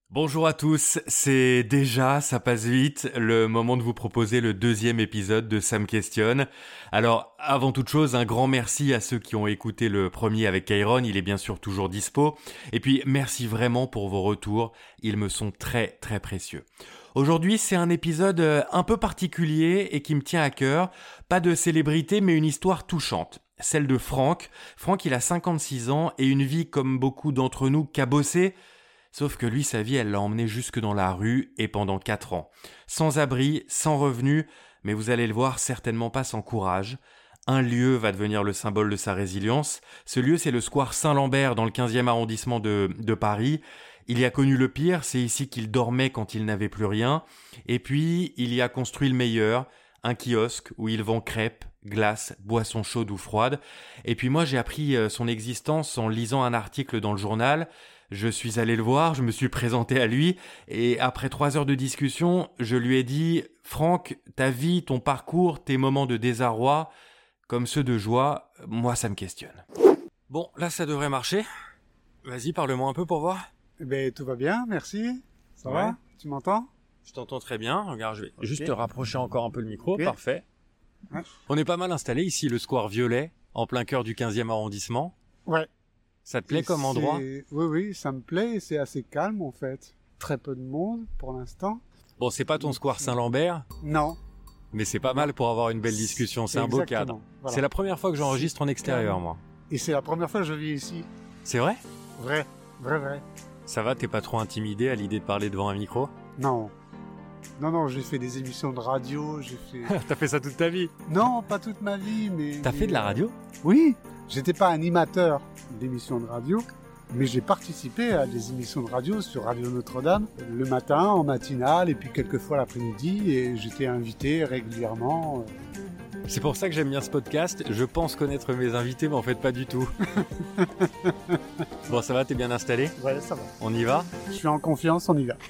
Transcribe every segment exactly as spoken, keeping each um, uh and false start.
Bonjour à tous, c'est déjà, ça passe vite, le moment de vous proposer le deuxième épisode de Ça me questionne. Alors, avant toute chose, un grand merci à ceux qui ont écouté le premier avec Kairon, il est bien sûr toujours dispo. Et puis, merci vraiment pour vos retours, ils me sont très très précieux. Aujourd'hui, c'est un épisode un peu particulier et qui me tient à cœur. Pas de célébrité, mais une histoire touchante. Celle de Franck. Franck, il a cinquante-six ans et une vie comme beaucoup d'entre nous cabossée. Sauf que lui, sa vie, elle l'a emmené jusque dans la rue et pendant quatre ans. Sans abri, sans revenus, mais vous allez le voir, certainement pas sans courage. Un lieu va devenir le symbole de sa résilience. Ce lieu, c'est le square Saint-Lambert dans le quinzième arrondissement de, de Paris. Il y a connu le pire, c'est ici qu'il dormait quand il n'avait plus rien. Et puis, il y a construit le meilleur, un kiosque où il vend crêpes, glaces, boissons chaudes ou froides. Et puis moi, j'ai appris son existence en lisant un article dans le journal. Je suis allé le voir, je me suis présenté à lui, et après trois heures de discussion, je lui ai dit « Franck, ta vie, ton parcours, tes moments de désarroi, comme ceux de joie, moi ça me questionne. » Bon, là ça devrait marcher. Vas-y, parle-moi un peu pour voir. Eh ben, tout va bien, merci. Ça Ouais. va? Tu m'entends? Je t'entends très bien, regarde, je vais Ok. juste te rapprocher encore un peu le micro, Ok. parfait. Ouais. On est pas mal installé ici, le square Violet, en plein cœur du quinzième arrondissement. Ouais. Ça te plaît Et comme c'est- endroit? Oui, oui, ça me plaît et c'est assez calme en fait. Très peu de monde pour l'instant. Bon, c'est pas ton square Saint-Lambert, Non. mais c'est pas mal pour avoir une belle discussion, c'est un beau Exactement, cadre. voilà. C'est la première fois que j'enregistre en extérieur, Clairement. moi. Et c'est la première fois que je vis ici. C'est vrai? Vrai, vrai, vrai. Ça va, t'es pas trop intimidé à l'idée de parler devant un micro? Non. Non, non, j'ai fait des émissions de radio, j'ai fait... T'as fait ça toute ta vie? non, pas toute ma vie, mais... T'as mais, fait de la euh, radio? Oui. J'étais pas animateur d'émissions de radio, mais j'ai participé à des émissions de radio sur Radio Notre-Dame, le matin, en matinale, et puis quelquefois l'après-midi, et j'étais invité régulièrement. C'est pour ça que j'aime bien ce podcast. Je pense connaître mes invités, mais en fait pas du tout. Bon, ça va, t'es bien installé? Ouais, ça va. On y va? Je suis en confiance, on y va.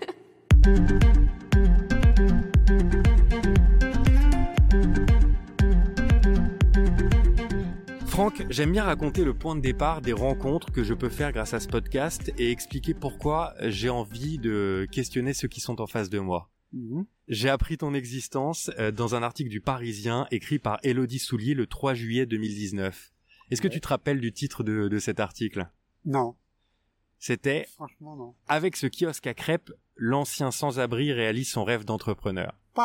Franck, j'aime bien raconter le point de départ des rencontres que je peux faire grâce à ce podcast et expliquer pourquoi j'ai envie de questionner ceux qui sont en face de moi. Mhm. J'ai appris ton existence euh, dans un article du Parisien écrit par Élodie Soulier le trois juillet deux mille dix-neuf. Est-ce que Ouais. tu te rappelles du titre de, de cet article? Non, C'était franchement non. « Avec ce kiosque à crêpes, l'ancien sans-abri réalise son rêve d'entrepreneur Pau ».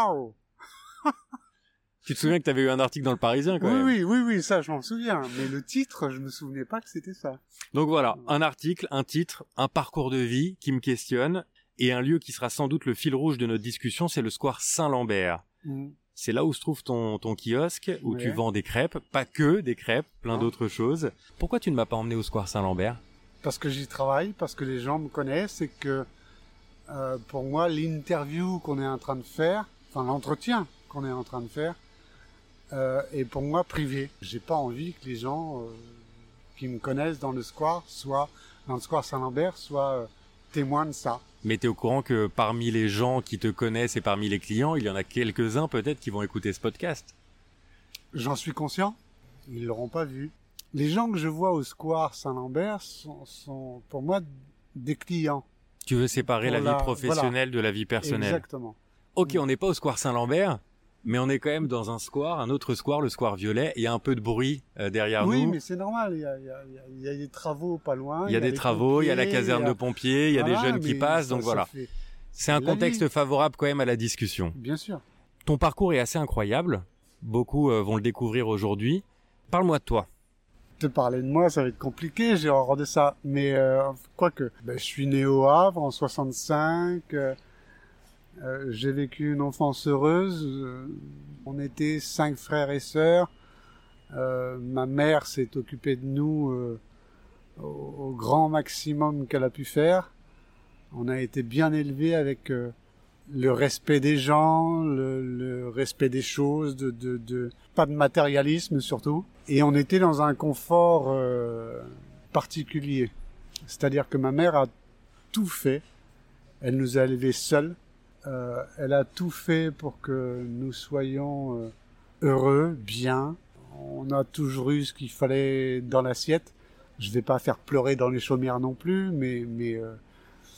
Tu te souviens que tu avais eu un article dans le Parisien quand Oui, même? oui, oui, oui, ça je m'en souviens, mais le titre, je me souvenais pas que c'était ça. Donc voilà, un article, un titre, un parcours de vie qui me questionne et un lieu qui sera sans doute le fil rouge de notre discussion, c'est le square Saint-Lambert. Mhm. C'est là où se trouve ton, ton kiosque, où Ouais. tu vends des crêpes, pas que des crêpes, plein Ah. d'autres choses. Pourquoi tu ne m'as pas emmené au square Saint-Lambert? Parce que j'y travaille, parce que les gens me connaissent et que euh, pour moi, l'interview qu'on est en train de faire, enfin l'entretien qu'on est en train de faire, euh, est pour moi privé. J'ai pas envie que les gens euh, qui me connaissent dans le square, soit dans le square Saint-Lambert, soient euh, témoins de ça. Mais t'es au courant que parmi les gens qui te connaissent et parmi les clients, il y en a quelques-uns peut-être qui vont écouter ce podcast. J'en suis conscient, ils l'auront pas vu. Les gens que je vois au square Saint-Lambert sont, sont pour moi des clients. Tu veux séparer Pour la la- vie professionnelle de la vie personnelle. Exactement. Ok, on n'est pas au square Saint-Lambert, mais on est quand même dans un square, un autre square, le square Violet. Il y a un peu de bruit euh, derrière Oui, nous. mais c'est normal. Il y a, il y a- il y a- il y a des travaux pas loin. Il y a des les travaux, il y a la pompiers, caserne il y a- de pompiers, il y a des Voilà, jeunes qui mais passent, ça- donc ça voilà. fait- C'est un la contexte vie. favorable quand même à la discussion. Bien sûr. Ton parcours est assez incroyable. Beaucoup euh, vont le découvrir aujourd'hui. Parle-moi de toi. Te parler de moi, ça va être compliqué. J'ai horreur de ça. Mais euh, quoique, ben, je suis né au Havre en soixante-cinq. euh, euh, j'ai vécu une enfance heureuse. euh, on était cinq frères et sœurs. Euh, ma mère s'est occupée de nous euh, au, au grand maximum qu'elle a pu faire. On a été bien élevés avec euh, le respect des gens, le, le respect des choses, de, de, de pas de matérialisme surtout. Et on était dans un confort euh, particulier. C'est-à-dire que ma mère a tout fait. Elle nous a élevés seuls. Euh, elle a tout fait pour que nous soyons euh, heureux, bien. On a toujours eu ce qu'il fallait dans l'assiette. Je vais pas faire pleurer dans les chaumières non plus, mais mais euh,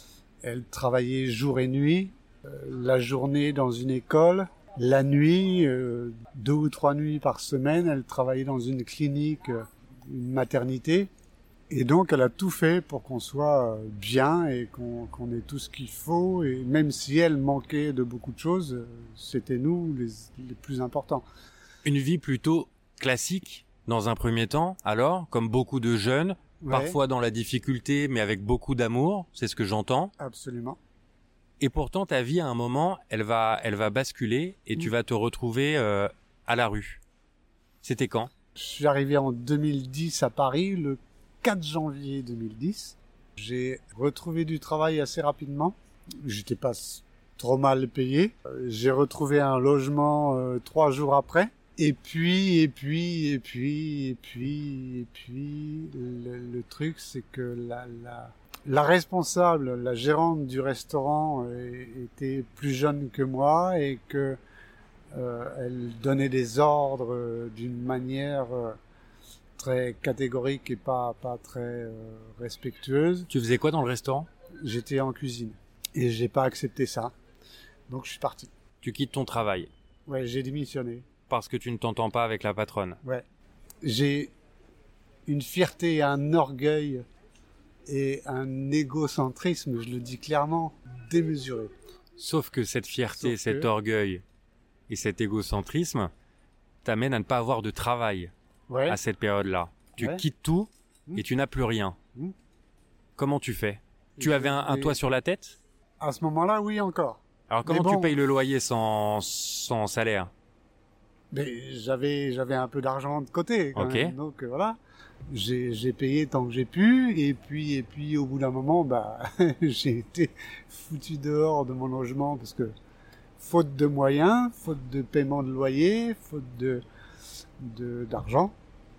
Elle travaillait jour et nuit, euh, la journée dans une école, la nuit, euh, deux ou trois nuits par semaine, elle travaillait dans une clinique, euh, une maternité. Et donc, elle a tout fait pour qu'on soit bien et qu'on, qu'on ait tout ce qu'il faut. Et même si elle manquait de beaucoup de choses, c'était nous les, les plus importants. Une vie plutôt classique dans un premier temps, alors, comme beaucoup de jeunes, ouais. Parfois dans la difficulté, mais avec beaucoup d'amour, c'est ce que j'entends. Absolument. Et pourtant, ta vie, à un moment, elle va, elle va basculer et mmh. tu vas te retrouver euh, à la rue. C'était quand ? Je suis arrivé en deux mille dix à Paris, le quatre janvier deux mille dix. J'ai retrouvé du travail assez rapidement. J'étais pas trop mal payé. J'ai retrouvé un logement euh, trois jours après. Et puis, et puis, et puis, et puis, et puis, le, le truc, c'est que la, la, la responsable, la gérante du restaurant euh, était plus jeune que moi et que euh, elle donnait des ordres euh, d'une manière euh, très catégorique et pas pas très euh, respectueuse. Tu faisais quoi dans le restaurant ? J'étais en cuisine et j'ai pas accepté ça, donc je suis parti. Tu quittes ton travail ? Ouais, j'ai démissionné. Parce que tu ne t'entends pas avec la patronne. Ouais. J'ai une fierté, un orgueil et un égocentrisme, je le dis clairement, démesuré. Sauf que cette fierté, Sauf cet que... orgueil et cet égocentrisme t'amènent à ne pas avoir de travail ouais. à cette période-là. Tu ouais. quittes tout mmh. et tu n'as plus rien. Mmh. Comment tu fais ? et Tu avais un, un toit sur la tête ? À ce moment-là, oui, encore. Alors comment bon... tu payes le loyer sans, sans salaire ? Mais j'avais j'avais un peu d'argent de côté quand okay. même. Donc euh, voilà, j'ai j'ai payé tant que j'ai pu et puis et puis au bout d'un moment bah j'ai été foutu dehors de mon logement parce que faute de moyens, faute de paiement de loyer, faute de de d'argent,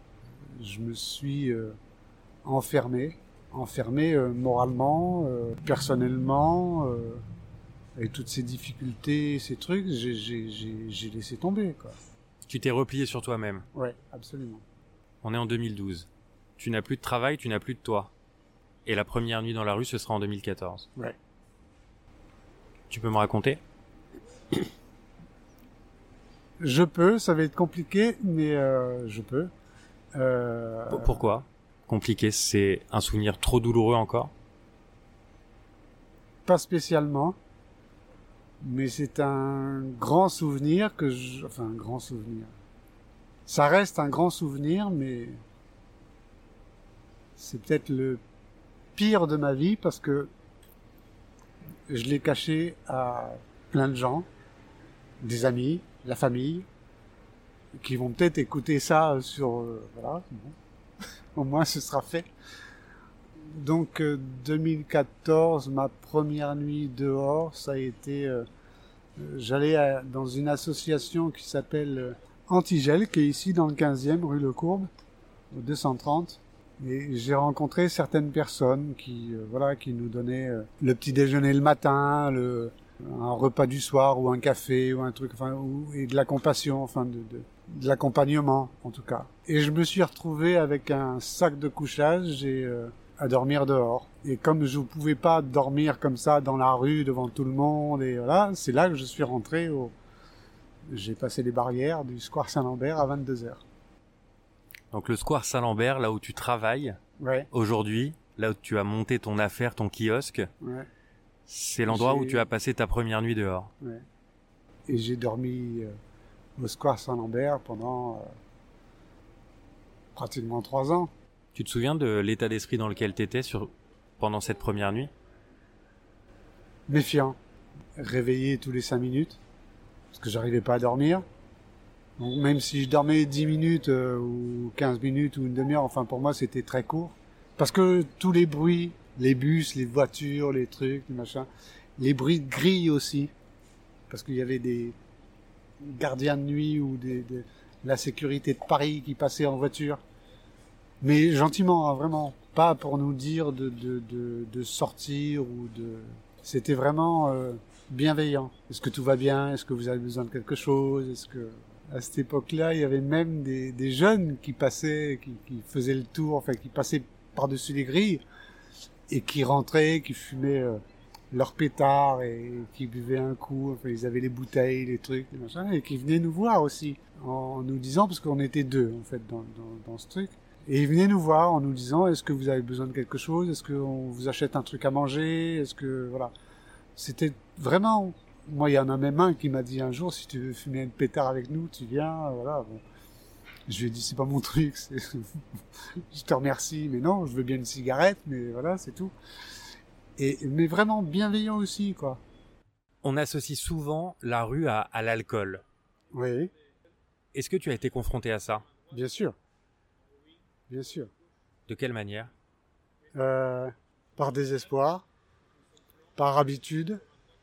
je me suis euh, enfermé, enfermé euh, moralement, euh, personnellement euh, avec toutes ces difficultés, ces trucs, j'ai j'ai j'ai j'ai laissé tomber quoi. Tu t'es replié sur toi-même. Ouais, absolument. On est en deux mille douze. Tu n'as plus de travail, tu n'as plus de toi. Et la première nuit dans la rue, ce sera en deux mille quatorze. Ouais. Tu peux me raconter ? Je peux, ça va être compliqué, mais euh, je peux. Euh... Pourquoi ? Compliqué, c'est un souvenir trop douloureux encore ? Pas spécialement. Mais c'est un grand souvenir que je... Enfin, un grand souvenir. Ça reste un grand souvenir, mais c'est peut-être le pire de ma vie parce que je l'ai caché à plein de gens, des amis, la famille, qui vont peut-être écouter ça sur... Euh, voilà, bon. Au moins ce sera fait. Donc euh, deux mille quatorze, ma première nuit dehors, ça a été... Euh, j'allais à, dans une association qui s'appelle euh, Antigel, qui est ici dans le quinzième, rue Le Courbe, au deux cent trente. Et j'ai rencontré certaines personnes qui, euh, voilà, qui nous donnaient euh, le petit déjeuner le matin, le, un repas du soir ou un café ou un truc, enfin, ou, et de la compassion, enfin, de, de, de l'accompagnement en tout cas. Et je me suis retrouvé avec un sac de couchage et euh, à dormir dehors. Et comme je ne pouvais pas dormir comme ça dans la rue devant tout le monde, et voilà, c'est là que je suis rentré au... J'ai passé les barrières du Square Saint-Lambert à vingt-deux heures. Donc le Square Saint-Lambert, là où tu travailles, ouais. Aujourd'hui, là où tu as monté ton affaire, ton kiosque, ouais. c'est l'endroit j'ai... où tu as passé ta première nuit dehors. Ouais. Et j'ai dormi euh, au Square Saint-Lambert pendant euh, pratiquement trois ans. Tu te souviens de l'état d'esprit dans lequel tu étais sur... pendant cette première nuit ? Méfiant. Réveillé tous les cinq minutes, parce que j'arrivais pas à dormir. Donc même si je dormais dix minutes euh, ou quinze minutes ou une demi-heure, enfin pour moi c'était très court. Parce que tous les bruits, les bus, les voitures, les trucs, les machins, les bruits de grille aussi, parce qu'il y avait des gardiens de nuit ou des, des, la sécurité de Paris qui passaient en voiture. Mais gentiment, hein, vraiment. Pas pour nous dire de, de, de, de sortir ou de... C'était vraiment euh, bienveillant. Est-ce que tout va bien ? Est-ce que vous avez besoin de quelque chose ? Est-ce que... À cette époque-là, il y avait même des, des jeunes qui passaient, qui, qui faisaient le tour, enfin qui passaient par-dessus les grilles et qui rentraient, qui fumaient euh, leur pétard et qui buvaient un coup. Enfin, ils avaient les bouteilles, les trucs, les machins, et qui venaient nous voir aussi en nous disant, parce qu'on était deux en fait dans, dans, dans ce truc. Et ils venaient nous voir en nous disant, est-ce que vous avez besoin de quelque chose? Est-ce qu'on vous achète un truc à manger? Est-ce que, voilà. C'était vraiment, moi, il y en a même un qui m'a dit un jour, si tu veux fumer un pétard avec nous, tu viens, voilà. Bon. Je lui ai dit, c'est pas mon truc, c'est... je te remercie, mais non, je veux bien une cigarette, mais voilà, c'est tout. Et, mais vraiment bienveillant aussi, quoi. On associe souvent la rue à, à l'alcool. Oui. Est-ce que tu as été confronté à ça? Bien sûr. Bien sûr. De quelle manière? euh, Par désespoir, par habitude,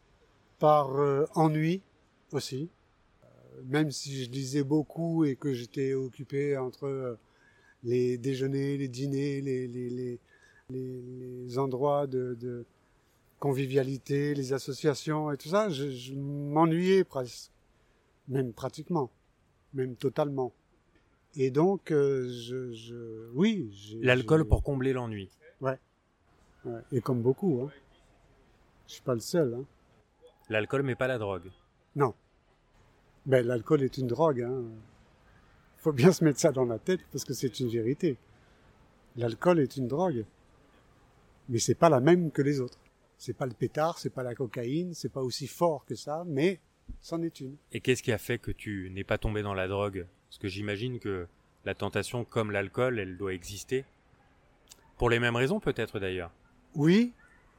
par euh, ennui aussi. Euh, même si je lisais beaucoup et que j'étais occupé entre euh, les déjeuners, les dîners, les, les, les, les, les endroits de, de convivialité, les associations et tout ça, je, je m'ennuyais presque, même pratiquement, même totalement. Et donc, euh, je, je, oui. J'ai, L'alcool j'ai... pour combler l'ennui. Ouais. Ouais. Et comme beaucoup, hein. Je suis pas le seul, hein. L'alcool, mais pas la drogue. Non. Ben, l'alcool est une drogue, hein. Faut bien se mettre ça dans la tête parce que c'est une vérité. L'alcool est une drogue. Mais c'est pas la même que les autres. C'est pas le pétard, c'est pas la cocaïne, c'est pas aussi fort que ça, mais c'en est une. Et qu'est-ce qui a fait que tu n'es pas tombé dans la drogue? Parce que j'imagine que la tentation, comme l'alcool, elle doit exister. Pour les mêmes raisons, peut-être d'ailleurs. Oui,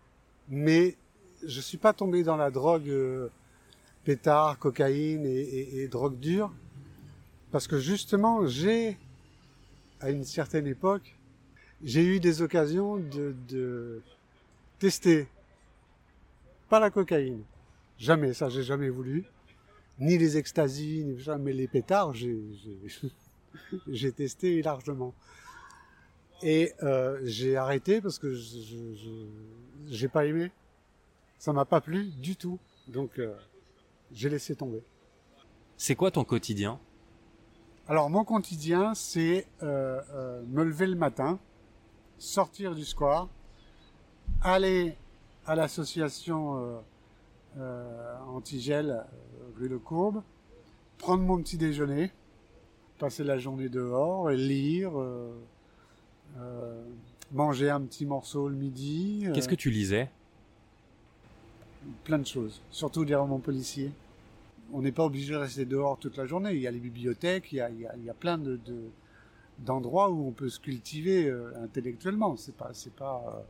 mais je suis pas tombé dans la drogue euh, pétard, cocaïne et, et, et drogue dure, parce que justement, j'ai, à une certaine époque, j'ai eu des occasions de, de tester. Pas la cocaïne. Jamais, ça j'ai jamais voulu. Ni les extasies, ni jamais les pétards, j'ai, j'ai, j'ai testé largement. Et euh, j'ai arrêté parce que je, je, je, j'ai pas aimé. Ça m'a pas plu du tout. Donc euh, j'ai laissé tomber. C'est quoi ton quotidien? Alors mon quotidien, c'est euh, euh, me lever le matin, sortir du square, aller à l'association euh, euh, anti-gel euh, rue Le Courbe, prendre mon petit déjeuner, passer la journée dehors, lire, euh, euh, manger un petit morceau le midi. Qu'est-ce euh, que tu lisais? Plein de choses, surtout des romans policiers. On n'est pas obligé de rester dehors toute la journée. Il y a les bibliothèques, il y a, il y a, il y a plein de, de, d'endroits où on peut se cultiver euh, intellectuellement. C'est pas, c'est pas, euh,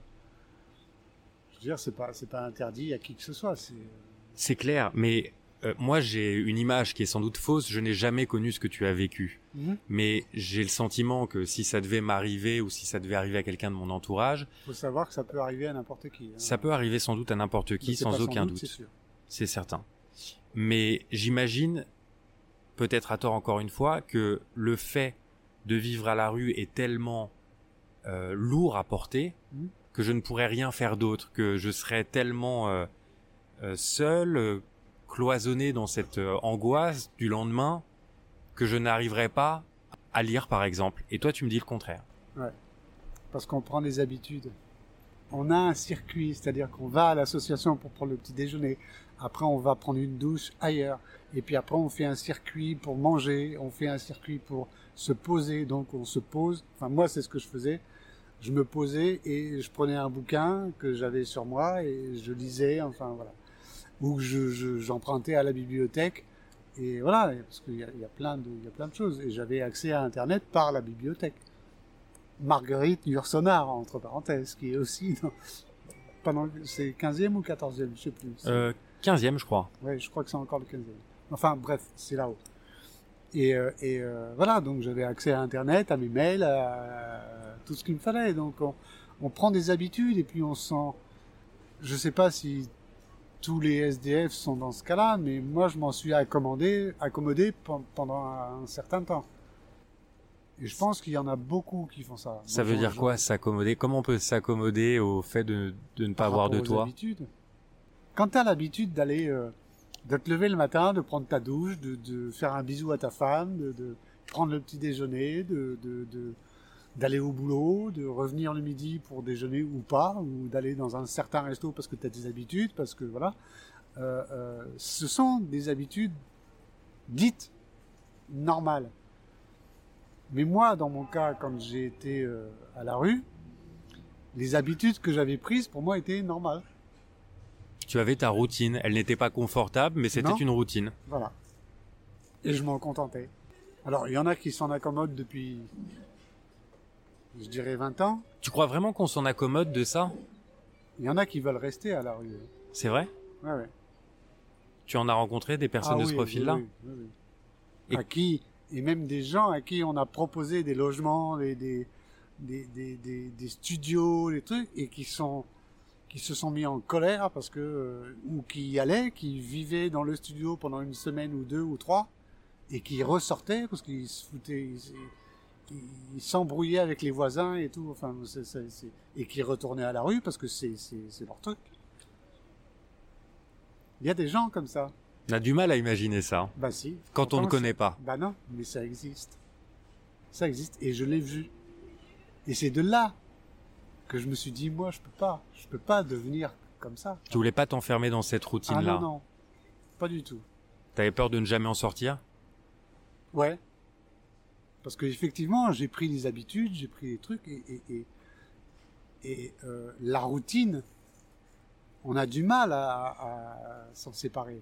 je veux dire, c'est pas, c'est pas interdit à qui que ce soit. C'est, C'est clair, mais euh, moi j'ai une image qui est sans doute fausse. Je n'ai jamais connu ce que tu as vécu. mm-hmm. Mais j'ai le sentiment que si ça devait m'arriver ou si ça devait arriver à quelqu'un de mon entourage, faut savoir que ça peut arriver à n'importe qui. Hein. Ça peut arriver sans doute à n'importe qui, sans aucun doute. C'est sûr. C'est certain. Mais j'imagine, peut-être à tort encore une fois, que le fait de vivre à la rue est tellement euh, lourd à porter mmh. que je ne pourrais rien faire d'autre, que je serais tellement euh, euh, seul, euh, cloisonné dans cette euh, angoisse du lendemain, que je n'arriverais pas à lire par exemple. Et toi tu me dis le contraire. Ouais, parce qu'on prend des habitudes. On a un circuit, c'est-à-dire qu'on va à l'association pour prendre le petit déjeuner. Après, on va prendre une douche ailleurs. Et puis après, on fait un circuit pour manger. On fait un circuit pour se poser. Donc, on se pose. Enfin, moi, c'est ce que je faisais. Je me posais et je prenais un bouquin que j'avais sur moi et je lisais. Enfin, voilà. Ou je, je, j'empruntais à la bibliothèque. Et voilà, parce qu'il y a, il y a plein de, il y a plein de choses. Et j'avais accès à Internet par la bibliothèque. Marguerite Yourcenar, entre parenthèses, qui est aussi dans, pendant, c'est quinzième ou quatorzième, je sais plus. Euh, quinzième, je crois. Ouais, je crois que c'est encore le quinzième. Enfin, bref, c'est là-haut. Et, euh, et euh, voilà, donc j'avais accès à Internet, à mes mails, à, à tout ce qu'il me fallait. Donc on, on prend des habitudes et puis on sent, je sais pas si tous les S D F sont dans ce cas-là, mais moi je m'en suis accommodé, accommodé pendant un certain temps. Et je pense qu'il y en a beaucoup qui font ça. Ça veut dire quoi, s'accommoder? Comment on peut s'accommoder au fait de, de ne pas avoir de toit? Quand tu as l'habitude d'aller, euh, de te lever le matin, de prendre ta douche, de, de faire un bisou à ta femme, de, de prendre le petit déjeuner, de, de, de, d'aller au boulot, de revenir le midi pour déjeuner ou pas, ou d'aller dans un certain resto parce que tu as des habitudes, parce que voilà. Euh, euh, ce sont des habitudes dites normales. Mais moi, dans mon cas, quand j'ai été euh, à la rue, les habitudes que j'avais prises, pour moi, étaient normales. Tu avais ta routine. Elle n'était pas confortable, mais c'était Non. une routine. Voilà. Et je m'en contentais. Alors, il y en a qui s'en accommodent depuis, je dirais, vingt ans. Tu crois vraiment qu'on s'en accommode de ça? Il y en a qui veulent rester à la rue. C'est vrai? Ouais, ouais. Tu en as rencontré des personnes Ah de oui, ce profil-là? oui, oui, oui. Et- À qui, et même des gens à qui on a proposé des logements, des, des, des, des, des, des studios, des trucs, et qui sont, qui se sont mis en colère parce que, euh, ou qui y allaient, qui vivaient dans le studio pendant une semaine ou deux ou trois, et qui ressortaient parce qu'ils se foutaient, ils, ils, ils s'embrouillaient avec les voisins et tout, enfin, c'est, c'est, c'est, et qui retournaient à la rue parce que c'est, c'est, c'est leur truc. Il y a des gens comme ça. On a du mal à imaginer ça. Bah si. Quand on ne Pourtant, connaît c'est- pas. Bah non, mais ça existe. Ça existe et je l'ai vu. Et c'est de là que je me suis dit, moi, je peux pas. Je peux pas devenir comme ça. Tu voulais pas t'enfermer dans cette Ah routine-là. non, non. Pas du tout. T'avais peur de ne jamais en sortir? Ouais. Parce que effectivement, j'ai pris des habitudes, j'ai pris des trucs et, et, et, et euh, la routine, on a du mal à, à s'en séparer.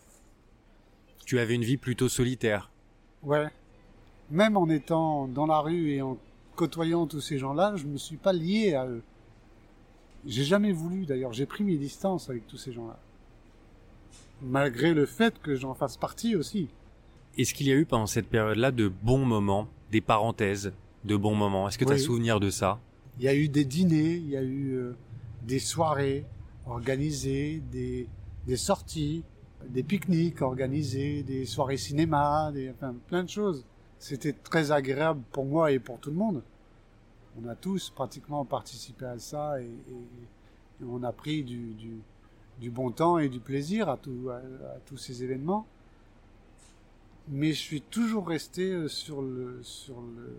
Tu avais une vie plutôt solitaire. Ouais. Même en étant dans la rue et en côtoyant tous ces gens-là, je me suis pas lié à eux. J'ai jamais voulu, d'ailleurs. J'ai pris mes distances avec tous ces gens-là. Malgré le fait que j'en fasse partie aussi. Est-ce qu'il y a eu pendant cette période-là de bons moments, des parenthèses de bons moments? Est-ce que tu as Oui. souvenir de ça? Il y a eu des dîners, il y a eu euh, des soirées organisées, des, des sorties, des pique-niques organisés, des soirées cinéma, des, enfin, plein de choses. C'était très agréable pour moi et pour tout le monde. On a tous pratiquement participé à ça et, et- et on a pris du, du, du bon temps et du plaisir à, tout, à, à tous ces événements. Mais je suis toujours resté euh, sur le, sur le,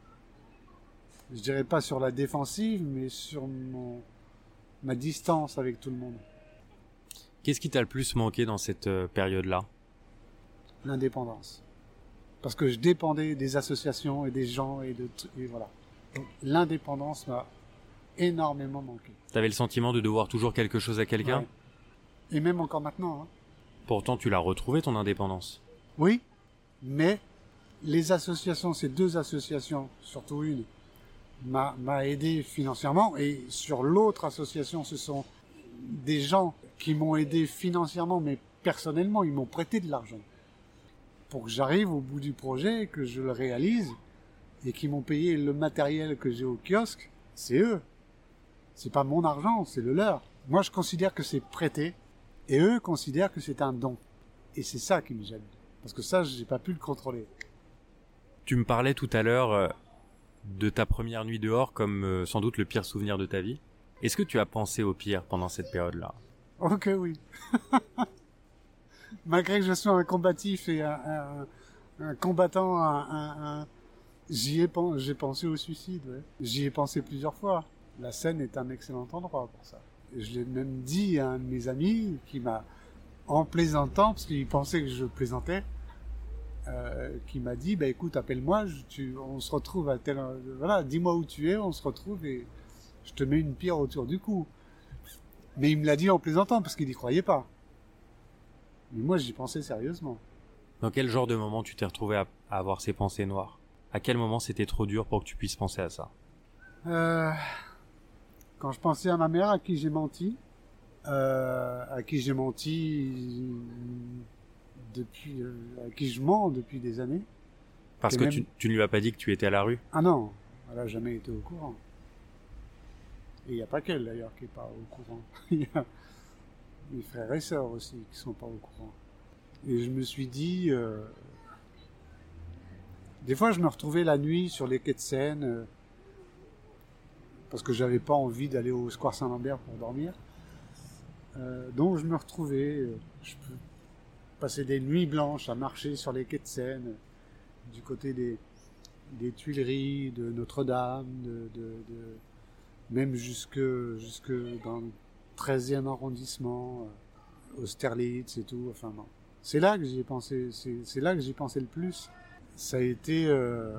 je dirais pas sur la défensive, mais sur mon, ma distance avec tout le monde. Qu'est-ce qui t'a le plus manqué dans cette euh, période-là? L'indépendance. Parce que je dépendais des associations et des gens et de, t- et voilà. Donc, l'indépendance m'a énormément manqué. T'avais le sentiment de devoir toujours quelque chose à quelqu'un? Ouais. Et même encore maintenant, hein. Pourtant, tu l'as retrouvé, ton indépendance. Oui, mais les associations, ces deux associations, surtout une, m'a, m'a aidé financièrement, et sur l'autre association, ce sont des gens qui m'ont aidé financièrement, mais personnellement, ils m'ont prêté de l'argent pour que j'arrive au bout du projet, que je le réalise, et qui m'ont payé le matériel que j'ai au kiosque. C'est eux. C'est pas mon argent, c'est le leur. Moi, je considère que c'est prêté, et eux considèrent que c'est un don. Et c'est ça qui me gêne. Parce que ça, j'ai pas pu le contrôler. Tu me parlais tout à l'heure euh, de ta première nuit dehors comme euh, sans doute le pire souvenir de ta vie. Est-ce que tu as pensé au pire pendant cette période-là? Ok, oui. Malgré que je sois un combatif et un, un, un combattant, un, un, un- j'y ai, pen- j'ai pensé au suicide. Ouais. J'y ai pensé plusieurs fois. La Seine est un excellent endroit pour ça. Et je l'ai même dit à un de mes amis qui m'a, en plaisantant, parce qu'il pensait que je plaisantais, euh, qui m'a dit, bah écoute, appelle-moi, je- tu, on se retrouve à tel, voilà, dis-moi où tu es, on se retrouve et je te mets une pierre autour du cou. Mais il me l'a dit en plaisantant parce qu'il n'y croyait pas. Mais moi, j'y pensais sérieusement. Dans quel genre de moment tu t'es retrouvé à, à avoir ces pensées noires? À quel moment c'était trop dur pour que tu puisses penser à ça? Euh, quand je pensais à ma mère à qui j'ai menti, euh, à qui j'ai menti depuis, euh, à qui je mens depuis des années. Parce Et que même- tu, tu ne lui as pas dit que tu étais à la rue? Ah non, elle a jamais été au courant. Et il n'y a pas qu'elle d'ailleurs qui est pas au courant. Il y a mes frères et sœurs aussi qui sont pas au courant. Et je me suis dit, euh, des fois je me retrouvais la nuit sur les quais de Seine, euh, parce que j'avais pas envie d'aller au Square Saint-Lambert pour dormir. Euh, donc je me retrouvais, euh, je peux passer des nuits blanches à marcher sur les quais de Seine, euh, du côté des, des Tuileries, de Notre-Dame, de, de, de même jusque jusque dans le treizième arrondissement, euh, Austerlitz et tout. Enfin bon, c'est là que j'y ai pensé. C'est, c'est là que j'y pensé le plus. Ça a été euh,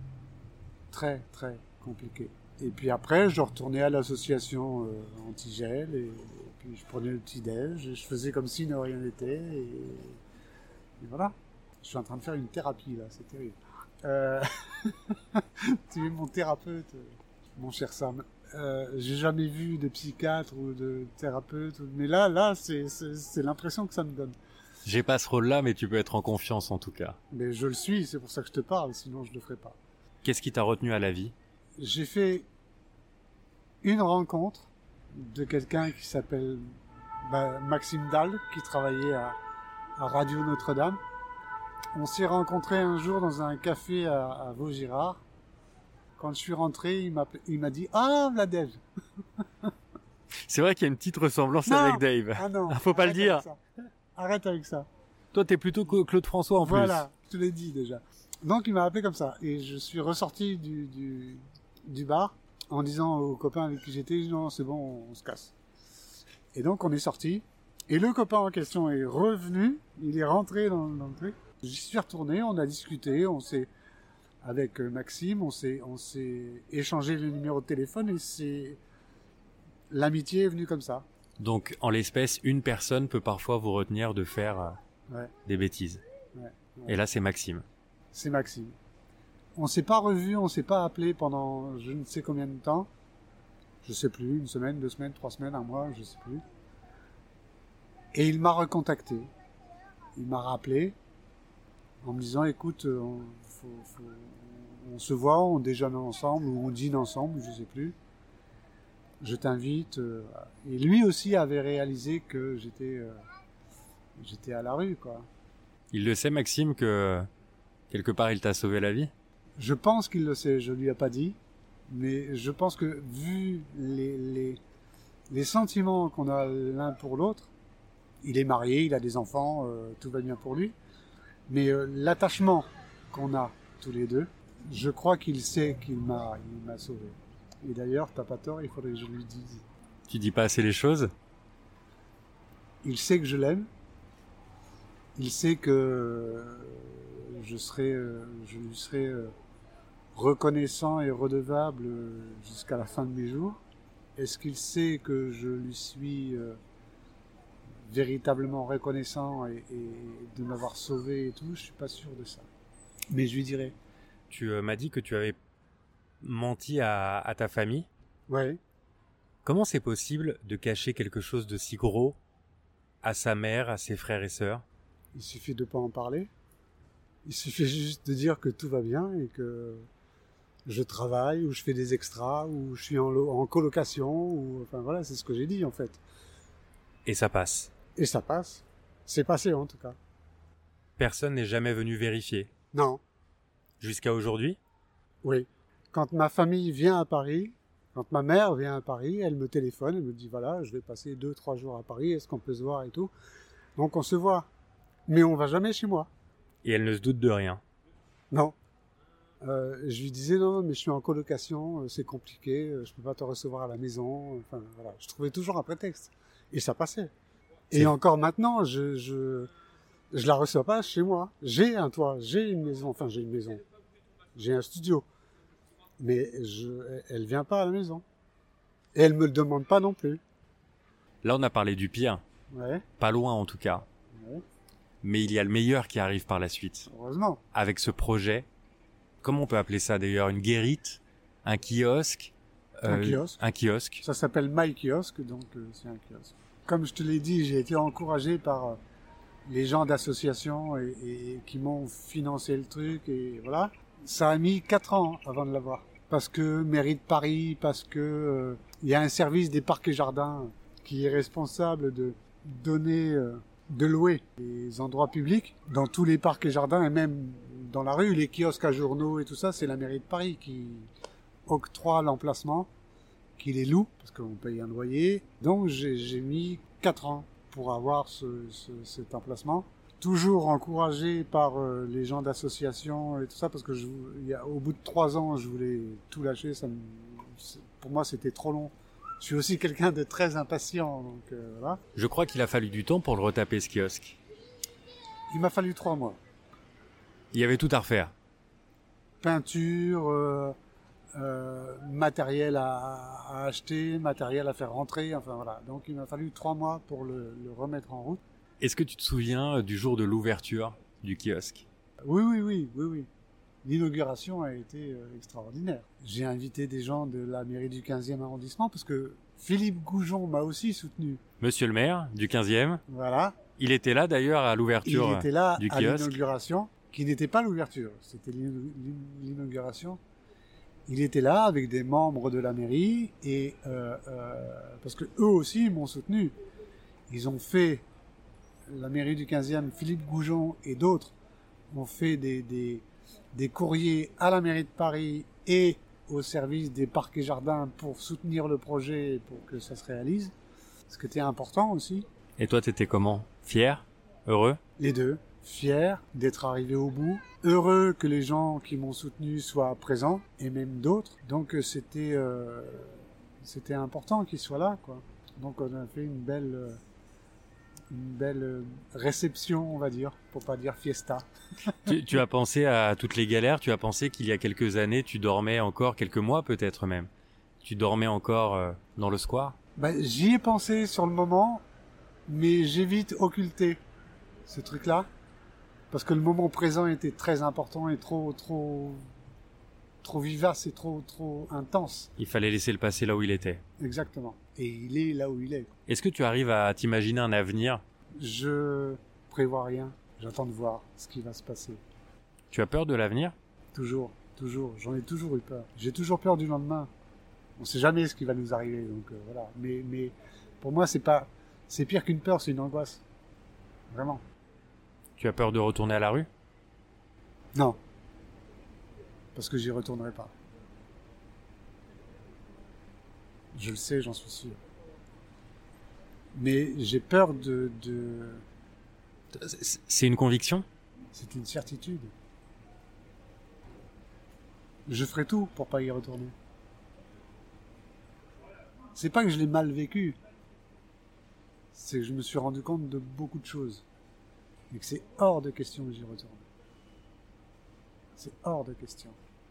très très compliqué. Et puis après, je retournais à l'association euh, anti-gel, et, et puis je prenais le petit-déj, et je faisais comme si de rien n'était, et, et voilà. Je suis en train de faire une thérapie, là, c'est terrible. Euh... tu es mon thérapeute, mon cher Sam. Euh, j'ai jamais vu de psychiatre ou de thérapeute, mais là, là, c'est, c'est, c'est l'impression que ça me donne. J'ai pas ce rôle-là, mais tu peux être en confiance en tout cas. Mais je le suis, c'est pour ça que je te parle, sinon je le ferais pas. Qu'est-ce qui t'a retenu à la vie? J'ai fait une rencontre de quelqu'un qui s'appelle bah, Maxime Dalle, qui travaillait à, à Radio Notre-Dame. On s'est rencontrés un jour dans un café à, à Vaugirard. Quand je suis rentré, il m'a, il m'a dit « Ah, la Dave !» C'est vrai qu'il y a une petite ressemblance non avec Dave. Ah non, faut pas le dire. Arrête avec ça. Toi, t'es plutôt Claude François en voilà, plus. Voilà, je te l'ai dit déjà. Donc il m'a appelé comme ça. Et je suis ressorti du, du, du bar en disant aux copains avec qui j'étais « Non, c'est bon, on, on se casse. » Et donc on est sorti. Et le copain en question est revenu. Il est rentré dans, dans le truc. J'y suis retourné, on a discuté, on s'est... Avec Maxime, on s'est, on s'est échangé le numéro de téléphone et c'est... L'amitié est venue comme ça. Donc, en l'espèce, une personne peut parfois vous retenir de faire euh, ouais. des bêtises. Ouais, ouais. Et là, c'est Maxime. C'est Maxime. On s'est pas revu, on s'est pas appelé pendant je ne sais combien de temps. Je sais plus, une semaine, deux semaines, trois semaines, un mois, je sais plus. Et il m'a recontacté. Il m'a rappelé en me disant, écoute, on, faut, faut, on se voit, on déjeune ensemble ou on dîne ensemble, je sais plus. Je t'invite. Et lui aussi avait réalisé que j'étais, euh, j'étais à la rue, quoi. Il le sait, Maxime, que quelque part il t'a sauvé la vie? Je pense qu'il le sait, je lui ai pas dit. Mais je pense que vu les, les, les sentiments qu'on a l'un pour l'autre, il est marié, il a des enfants, euh, tout va bien pour lui. Mais euh, l'attachement qu'on a tous les deux, je crois qu'il sait qu'il m'a, il m'a sauvé. Et d'ailleurs, t'as pas tort, il faudrait que je lui dise. Tu dis pas assez les choses? Il sait que je l'aime. Il sait que je serai, je lui serai reconnaissant et redevable jusqu'à la fin de mes jours. Est-ce qu'il sait que je lui suis véritablement reconnaissant et, et de m'avoir sauvé et tout? Je suis pas sûr de ça. Mais je lui dirai. Tu euh, m'as dit que tu avais menti à, à ta famille. Ouais. Comment c'est possible de cacher quelque chose de si gros à sa mère, à ses frères et sœurs? Il suffit de pas en parler. Il suffit juste de dire que tout va bien et que je travaille ou je fais des extras ou je suis en, lo- en colocation ou enfin voilà, c'est ce que j'ai dit en fait. Et ça passe. Et ça passe. C'est passé en tout cas. Personne n'est jamais venu vérifier. Non. Jusqu'à aujourd'hui? Oui. Quand ma famille vient à Paris, quand ma mère vient à Paris, elle me téléphone, elle me dit voilà, je vais passer deux, trois jours à Paris, est-ce qu'on peut se voir et tout. Donc on se voit. Mais on va jamais chez moi. Et elle ne se doute de rien. Non. Euh, je lui disais non, mais je suis en colocation, c'est compliqué, je peux pas te recevoir à la maison. Enfin voilà, je trouvais toujours un prétexte. Et ça passait. Et C'est... encore maintenant, je, je, je la reçois pas chez moi. J'ai un toit, j'ai une maison, enfin j'ai une maison, j'ai un studio. Mais je, elle vient pas à la maison. Et elle me le demande pas non plus. Là, on a parlé du pire. Ouais. Pas loin, en tout cas. Ouais. Mais il y a le meilleur qui arrive par la suite. Heureusement. Avec ce projet, comment on peut appeler ça d'ailleurs? Une guérite? Un kiosque? Un euh, kiosque. Un kiosque. Ça s'appelle My Kiosque, donc euh, c'est un kiosque. Comme je te l'ai dit, j'ai été encouragé par euh, les gens d'associations et, et qui m'ont financé le truc et voilà. Ça a mis quatre ans avant de l'avoir. Parce que mairie de Paris, parce que euh, il y a un service des parcs et jardins qui est responsable de donner, euh, de louer les endroits publics dans tous les parcs et jardins et même dans la rue, les kiosques à journaux et tout ça, c'est la mairie de Paris qui octroie l'emplacement, qui les loue parce qu'on paye un loyer. Donc j'ai, j'ai mis quatre ans pour avoir ce, ce, cet emplacement. toujours encouragé par euh, les gens d'associations et tout ça, parce que je, il y a, au bout de trois ans, je voulais tout lâcher. Ça me, pour moi, c'était trop long. Je suis aussi quelqu'un de très impatient, donc euh, voilà. Je crois qu'il a fallu du temps pour le retaper, ce kiosque. Il m'a fallu trois mois. Il y avait tout à refaire. Peinture, euh, euh, matériel à, à acheter, matériel à faire rentrer, enfin voilà. Donc il m'a fallu trois mois pour le, le remettre en route. Est-ce que tu te souviens du jour de l'ouverture du kiosque? Oui, oui, oui, oui, oui. L'inauguration a été euh, extraordinaire. J'ai invité des gens de la mairie du quinzième arrondissement parce que Philippe Goujon m'a aussi soutenu. Monsieur le maire du quinzième. Voilà. Il était là d'ailleurs à l'ouverture Il était là du à kiosque. l'inauguration, qui n'était pas l'ouverture, c'était l'inauguration. Il était là avec des membres de la mairie et euh, euh, parce que eux aussi m'ont soutenu. Ils ont fait la mairie du quinzième, Philippe Goujon et d'autres ont fait des, des, des courriers à la mairie de Paris et au service des parcs et jardins pour soutenir le projet et pour que ça se réalise. Ce qui était important aussi. Et toi, t'étais comment? Fier? Heureux? Les deux. Fier d'être arrivé au bout. Heureux que les gens qui m'ont soutenu soient présents et même d'autres. Donc c'était euh, c'était important qu'ils soient là, quoi. Donc on a fait une belle... Euh, une belle réception, on va dire, pour pas dire fiesta. tu, tu as pensé à toutes les galères, tu as pensé qu'il y a quelques années, tu dormais encore, quelques mois peut-être même, tu dormais encore euh, dans le square? Bah, j'y ai pensé sur le moment, mais j'ai vite occulté ce truc-là, parce que le moment présent était très important et trop, trop, trop vivace et trop, trop intense. Il fallait laisser le passé là où il était. Exactement. Et il est là où il est. Est-ce que tu arrives à t'imaginer un avenir? Je prévois rien. J'attends de voir ce qui va se passer. Tu as peur de l'avenir? Toujours, toujours. J'en ai toujours eu peur. J'ai toujours peur du lendemain. On sait jamais ce qui va nous arriver, donc euh, voilà. Mais, mais pour moi, c'est pas, c'est pire qu'une peur, c'est une angoisse. Vraiment. Tu as peur de retourner à la rue? Non. Parce que j'y retournerai pas. Je le sais, j'en suis sûr. Mais j'ai peur de, de... C'est une conviction? C'est une certitude. Je ferai tout pour pas y retourner. C'est pas que je l'ai mal vécu. C'est que je me suis rendu compte de beaucoup de choses. Et que c'est hors de question que j'y retourne. C'est hors de question.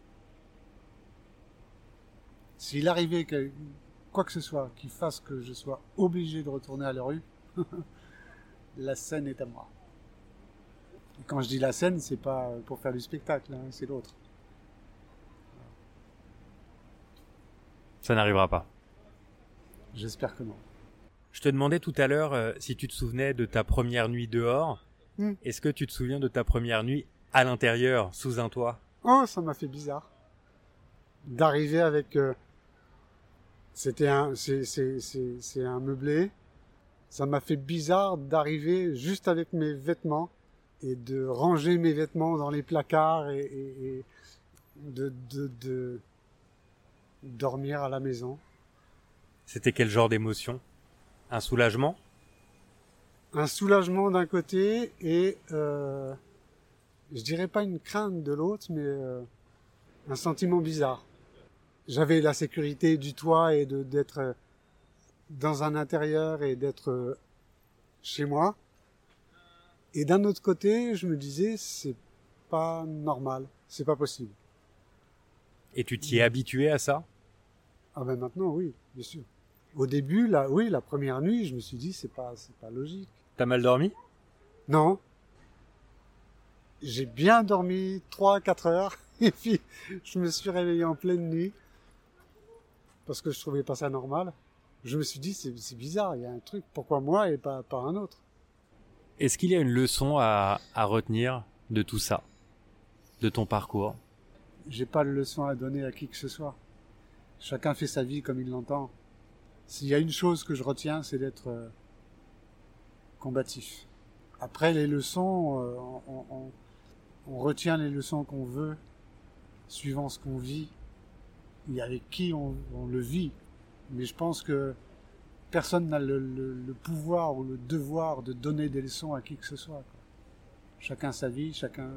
S'il arrivait que quoi que ce soit qui fasse que je sois obligé de retourner à la rue, la scène est à moi. Et quand je dis la scène, c'est pas pour faire du spectacle, hein, c'est l'autre. Ça n'arrivera pas. J'espère que non. Je te demandais tout à l'heure euh, si tu te souvenais de ta première nuit dehors. Hmm. Est-ce que tu te souviens de ta première nuit à l'intérieur, sous un toit? Oh, ça m'a fait bizarre. D'arriver avec... Euh, c'était un... C'est, c'est, c'est, c'est un meublé. Ça m'a fait bizarre d'arriver juste avec mes vêtements et de ranger mes vêtements dans les placards et, et, et de, de, de dormir à la maison. C'était quel genre d'émotion? Un soulagement? Un soulagement d'un côté et euh, je dirais pas une crainte de l'autre, mais euh, un sentiment bizarre. J'avais la sécurité du toit et de d'être dans un intérieur et d'être chez moi. Et d'un autre côté, je me disais c'est pas normal, c'est pas possible. Et tu t'y es habitué à ça? Ah ben maintenant oui, bien sûr. Au début, là, oui, la première nuit, je me suis dit c'est pas c'est pas logique. T'as mal dormi? Non. J'ai bien dormi trois à quatre heures et puis je me suis réveillé en pleine nuit parce que je trouvais pas ça normal. Je me suis dit c'est, c'est bizarre, il y a un truc, pourquoi moi et pas, pas un autre? Est-ce qu'il y a une leçon à, à retenir de tout ça, de ton parcours? J'ai pas de leçon à donner à qui que ce soit. Chacun fait sa vie comme il l'entend. S'il y a une chose que je retiens, c'est d'être euh, combatif. Après, les leçons, euh, on, on, on retient les leçons qu'on veut, suivant ce qu'on vit, et avec qui on, on le vit. Mais je pense que personne n'a le, le, le pouvoir ou le devoir de donner des leçons à qui que ce soit, quoi. chacun sa vie, chacun,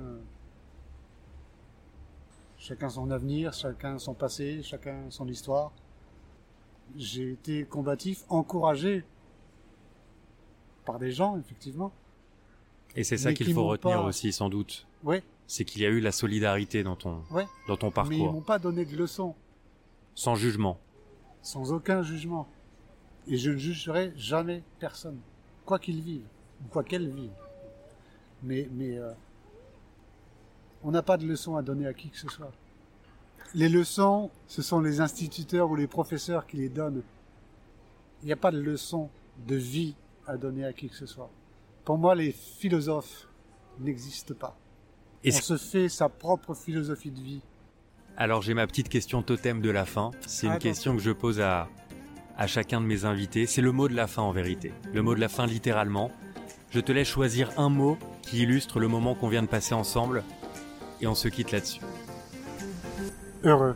chacun son avenir, chacun son passé, chacun son histoire. J'ai été combatif, encouragé par des gens, effectivement. Et c'est ça Mais qu'il qui faut m'ont retenir pas- aussi, sans doute. Ouais, C'est qu'il y a eu la solidarité dans ton, ouais. dans ton Mais ils parcours, m'ont pas donné de leçons, sans jugement. sans aucun jugement. Et je ne jugerai jamais personne, quoi qu'il vive, ou quoi qu'elle vive. Mais, mais euh, on n'a pas de leçons à donner à qui que ce soit. Les leçons, ce sont les instituteurs ou les professeurs qui les donnent. Il n'y a pas de leçons de vie à donner à qui que ce soit. Pour moi, les philosophes n'existent pas. Et On c'est- se fait sa propre philosophie de vie. Alors j'ai ma petite question totem de la fin. C'est une Attends. question que je pose à, à chacun de mes invités. C'est le mot de la fin en vérité. Le mot de la fin littéralement. Je te laisse choisir un mot qui illustre le moment qu'on vient de passer ensemble. Et on se quitte là-dessus. Heureux.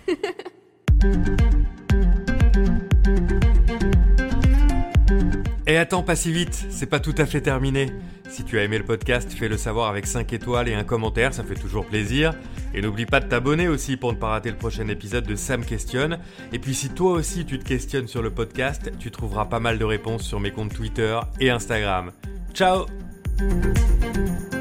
Et attends, pas si vite, c'est pas tout à fait terminé. Si tu as aimé le podcast, fais-le savoir avec cinq étoiles et un commentaire, ça fait toujours plaisir. Et n'oublie pas de t'abonner aussi pour ne pas rater le prochain épisode de Sam Questionne. Et puis si toi aussi tu te questionnes sur le podcast, tu trouveras pas mal de réponses sur mes comptes Twitter et Instagram. Ciao!